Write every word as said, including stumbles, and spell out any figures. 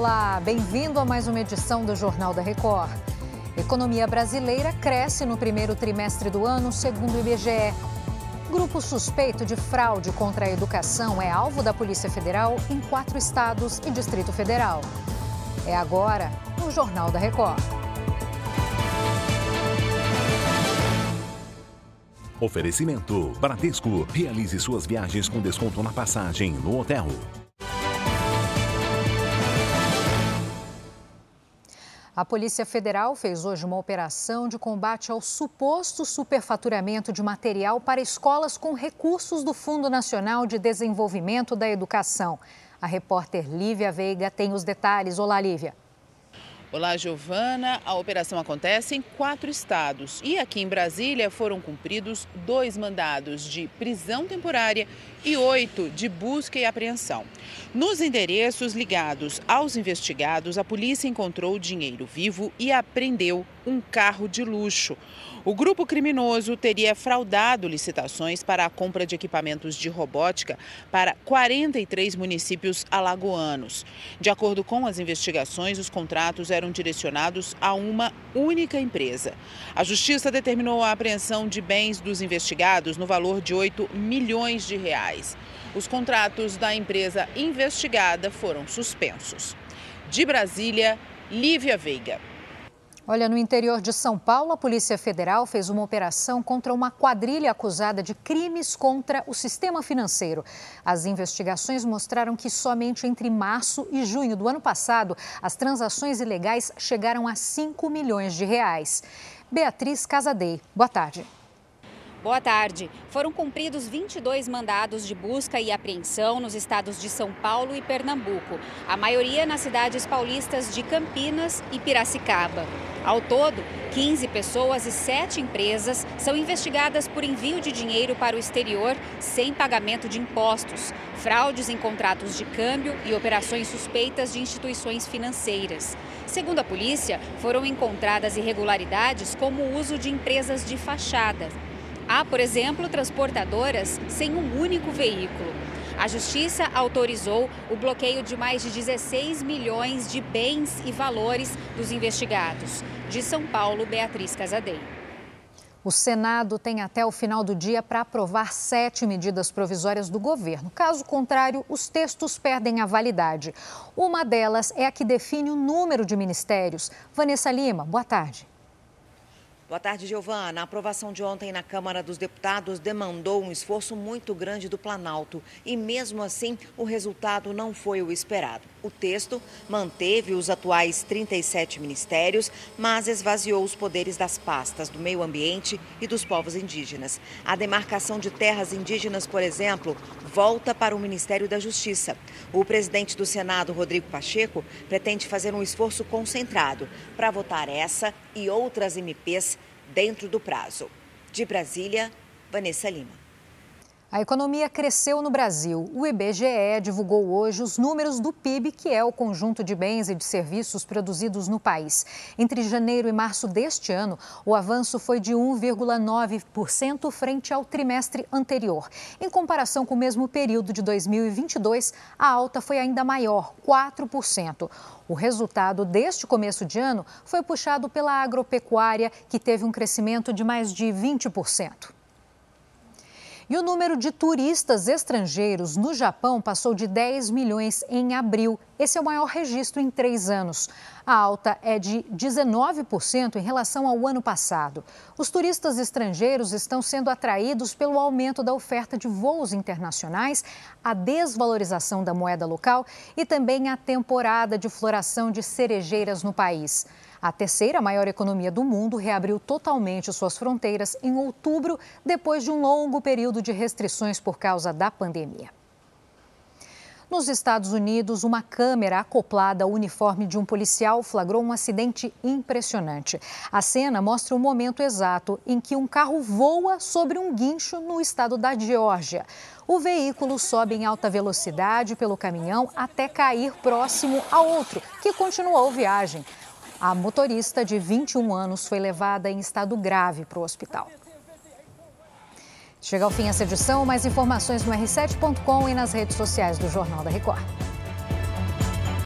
Olá, bem-vindo a mais uma edição do Jornal da Record. Economia brasileira cresce no primeiro trimestre do ano, segundo o I B G E. Grupo suspeito de fraude contra a educação é alvo da Polícia Federal em quatro estados e Distrito Federal. É agora no Jornal da Record. Oferecimento Bradesco. Realize suas viagens com desconto na passagem no hotel. A Polícia Federal fez hoje uma operação de combate ao suposto superfaturamento de material para escolas com recursos do Fundo Nacional de Desenvolvimento da Educação. A repórter Lívia Veiga tem os detalhes. Olá, Lívia. Olá, Giovana. A operação acontece em quatro estados e aqui em Brasília foram cumpridos dois mandados de prisão temporária e oito de busca e apreensão. Nos endereços ligados aos investigados, a polícia encontrou dinheiro vivo e apreendeu um carro de luxo. O grupo criminoso teria fraudado licitações para a compra de equipamentos de robótica para quarenta e três municípios alagoanos. De acordo com as investigações, os contratos eram direcionados a uma única empresa. A Justiça determinou a apreensão de bens dos investigados no valor de oito milhões de reais. Os contratos da empresa investigada foram suspensos. De Brasília, Lívia Veiga. Olha, no interior de São Paulo, a Polícia Federal fez uma operação contra uma quadrilha acusada de crimes contra o sistema financeiro. As investigações mostraram que somente entre março e junho do ano passado, as transações ilegais chegaram a cinco milhões de reais. Beatriz Casadei, boa tarde. Boa tarde. Foram cumpridos vinte e dois mandados de busca e apreensão nos estados de São Paulo e Pernambuco, a maioria nas cidades paulistas de Campinas e Piracicaba. Ao todo, quinze pessoas e sete empresas são investigadas por envio de dinheiro para o exterior sem pagamento de impostos, fraudes em contratos de câmbio e operações suspeitas de instituições financeiras. Segundo a polícia, foram encontradas irregularidades como o uso de empresas de fachada. Há, por exemplo, transportadoras sem um único veículo. A Justiça autorizou o bloqueio de mais de dezesseis milhões de bens e valores dos investigados. De São Paulo, Beatriz Casadei. O Senado tem até o final do dia para aprovar sete medidas provisórias do governo. Caso contrário, os textos perdem a validade. Uma delas é a que define o número de ministérios. Vanessa Lima, boa tarde. Boa tarde, Giovana. A aprovação de ontem na Câmara dos Deputados demandou um esforço muito grande do Planalto e, mesmo assim, o resultado não foi o esperado. O texto manteve os atuais trinta e sete ministérios, mas esvaziou os poderes das pastas do meio ambiente e dos povos indígenas. A demarcação de terras indígenas, por exemplo, volta para o Ministério da Justiça. O presidente do Senado, Rodrigo Pacheco, pretende fazer um esforço concentrado para votar essa e outras M Pês dentro do prazo. De Brasília, Vanessa Lima. A economia cresceu no Brasil. O I B G E divulgou hoje os números do P I B, que é o conjunto de bens e de serviços produzidos no país. Entre janeiro e março deste ano, o avanço foi de um vírgula nove por cento frente ao trimestre anterior. Em comparação com o mesmo período de dois mil e vinte e dois, a alta foi ainda maior, quatro por cento. O resultado deste começo de ano foi puxado pela agropecuária, que teve um crescimento de mais de vinte por cento. E o número de turistas estrangeiros no Japão passou de dez milhões em abril. Esse é o maior registro em três anos. A alta é de dezenove por cento em relação ao ano passado. Os turistas estrangeiros estão sendo atraídos pelo aumento da oferta de voos internacionais, a desvalorização da moeda local e também a temporada de floração de cerejeiras no país. A terceira maior economia do mundo reabriu totalmente suas fronteiras em outubro, depois de um longo período de restrições por causa da pandemia. Nos Estados Unidos, uma câmera acoplada ao uniforme de um policial flagrou um acidente impressionante. A cena mostra o momento exato em que um carro voa sobre um guincho no estado da Geórgia. O veículo sobe em alta velocidade pelo caminhão até cair próximo a outro, que continuou a viagem. A motorista de vinte e um anos foi levada em estado grave para o hospital. Chega ao fim essa edição, mais informações no erre sete ponto com e nas redes sociais do Jornal da Record.